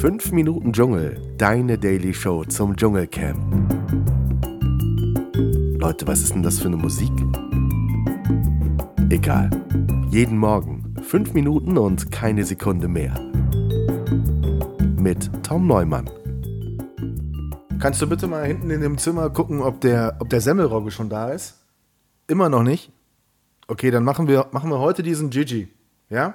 5 Minuten Dschungel, deine Daily Show zum Dschungelcamp. Leute, was ist denn das für eine Musik? Egal. Jeden Morgen 5 Minuten und keine Sekunde mehr. Mit Tom Neumann. Kannst du bitte mal hinten in dem Zimmer gucken, ob der Semmelrogge schon da ist? Immer noch nicht? Okay, dann machen wir heute diesen Gigi. Ja?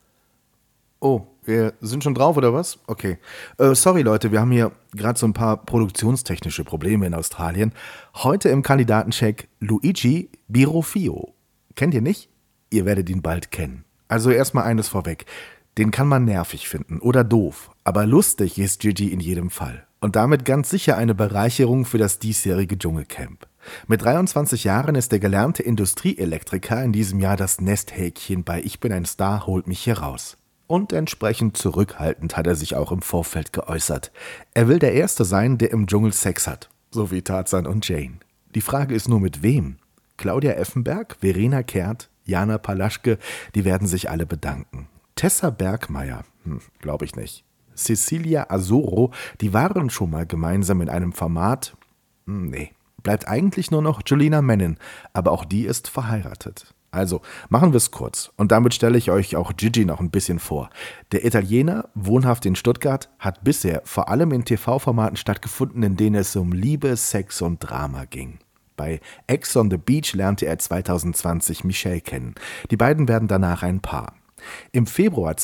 Oh, wir sind schon drauf, oder was? Okay. Sorry, Leute, wir haben hier gerade so ein paar produktionstechnische Probleme in Australien. Heute im Kandidatencheck Luigi Birofio. Kennt ihr nicht? Ihr werdet ihn bald kennen. Also erstmal eines vorweg. Den kann man nervig finden oder doof, aber lustig ist Gigi in jedem Fall. Und damit ganz sicher eine Bereicherung für das diesjährige Dschungelcamp. Mit 23 Jahren ist der gelernte Industrieelektriker in diesem Jahr das Nesthäkchen bei Ich bin ein Star, holt mich hier raus. Und entsprechend zurückhaltend hat er sich auch im Vorfeld geäußert. Er will der Erste sein, der im Dschungel Sex hat, so wie Tarzan und Jane. Die Frage ist nur, mit wem? Claudia Effenberg, Verena Kehrt, Jana Palaschke, die werden sich alle bedanken. Tessa Bergmeier, glaube ich nicht. Cecilia Azoro, die waren schon mal gemeinsam in einem Format. Nee, bleibt eigentlich nur noch Julina Mennen, aber auch die ist verheiratet. Also, machen wir es kurz. Und damit stelle ich euch auch Gigi noch ein bisschen vor. Der Italiener, wohnhaft in Stuttgart, hat bisher vor allem in TV-Formaten stattgefunden, in denen es um Liebe, Sex und Drama ging. Bei Ex on the Beach lernte er 2020 Michelle kennen. Die beiden werden danach ein Paar. Im Februar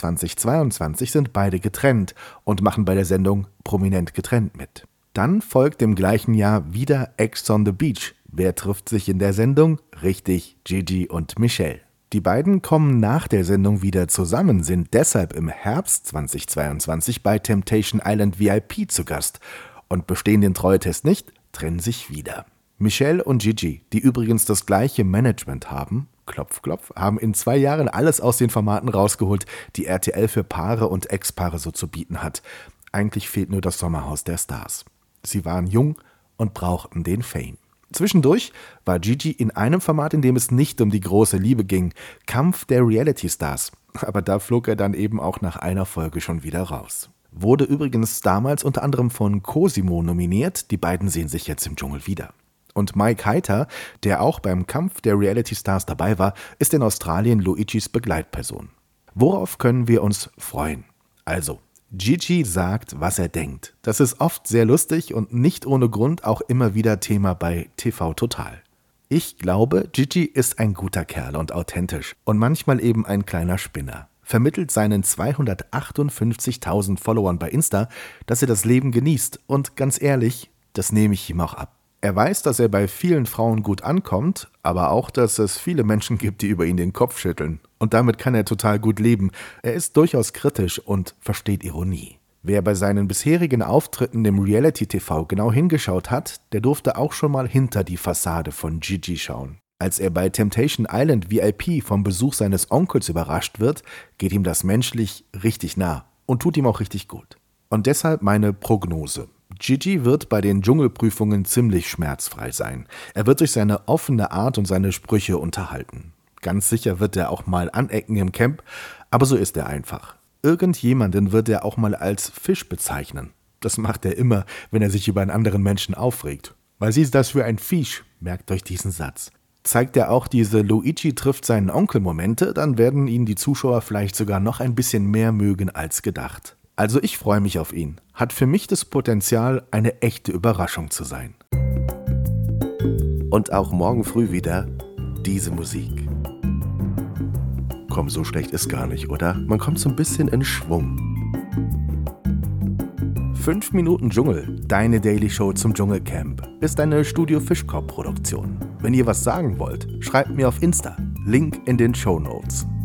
2022 sind beide getrennt und machen bei der Sendung Prominent getrennt mit. Dann folgt im gleichen Jahr wieder Ex on the Beach. Wer trifft sich in der Sendung? Richtig, Gigi und Michelle. Die beiden kommen nach der Sendung wieder zusammen, sind deshalb im Herbst 2022 bei Temptation Island VIP zu Gast und bestehen den Treue-Test nicht, trennen sich wieder. Michelle und Gigi, die übrigens das gleiche Management haben, klopf, klopf, haben in 2 Jahren alles aus den Formaten rausgeholt, die RTL für Paare und Ex-Paare so zu bieten hat. Eigentlich fehlt nur das Sommerhaus der Stars. Sie waren jung und brauchten den Fame. Zwischendurch war Gigi in einem Format, in dem es nicht um die große Liebe ging, Kampf der Reality Stars. Aber da flog er dann eben auch nach einer Folge schon wieder raus. Wurde übrigens damals unter anderem von Cosimo nominiert, die beiden sehen sich jetzt im Dschungel wieder. Und Mike Heiter, der auch beim Kampf der Reality Stars dabei war, ist in Australien Luigis Begleitperson. Worauf können wir uns freuen? Also, Gigi sagt, was er denkt. Das ist oft sehr lustig und nicht ohne Grund auch immer wieder Thema bei TV Total. Ich glaube, Gigi ist ein guter Kerl und authentisch und manchmal eben ein kleiner Spinner. Vermittelt seinen 258.000 Followern bei Insta, dass er das Leben genießt und ganz ehrlich, das nehme ich ihm auch ab. Er weiß, dass er bei vielen Frauen gut ankommt, aber auch, dass es viele Menschen gibt, die über ihn den Kopf schütteln. Und damit kann er total gut leben. Er ist durchaus kritisch und versteht Ironie. Wer bei seinen bisherigen Auftritten im Reality-TV genau hingeschaut hat, der durfte auch schon mal hinter die Fassade von Gigi schauen. Als er bei Temptation Island VIP vom Besuch seines Onkels überrascht wird, geht ihm das menschlich richtig nah und tut ihm auch richtig gut. Und deshalb meine Prognose. Gigi wird bei den Dschungelprüfungen ziemlich schmerzfrei sein. Er wird durch seine offene Art und seine Sprüche unterhalten. Ganz sicher wird er auch mal anecken im Camp, aber so ist er einfach. Irgendjemanden wird er auch mal als Fisch bezeichnen. Das macht er immer, wenn er sich über einen anderen Menschen aufregt. Was ist das für ein Fisch? Merkt euch diesen Satz. Zeigt er auch diese Luigi trifft seinen Onkel-Momente, dann werden ihn die Zuschauer vielleicht sogar noch ein bisschen mehr mögen als gedacht. Also ich freue mich auf ihn. Hat für mich das Potenzial, eine echte Überraschung zu sein. Und auch morgen früh wieder diese Musik. Komm, so schlecht ist gar nicht, oder? Man kommt so ein bisschen in Schwung. 5 Minuten Dschungel, deine Daily Show zum Dschungelcamp, ist eine Studio Fischkorb-Produktion. Wenn ihr was sagen wollt, schreibt mir auf Insta. Link in den Shownotes.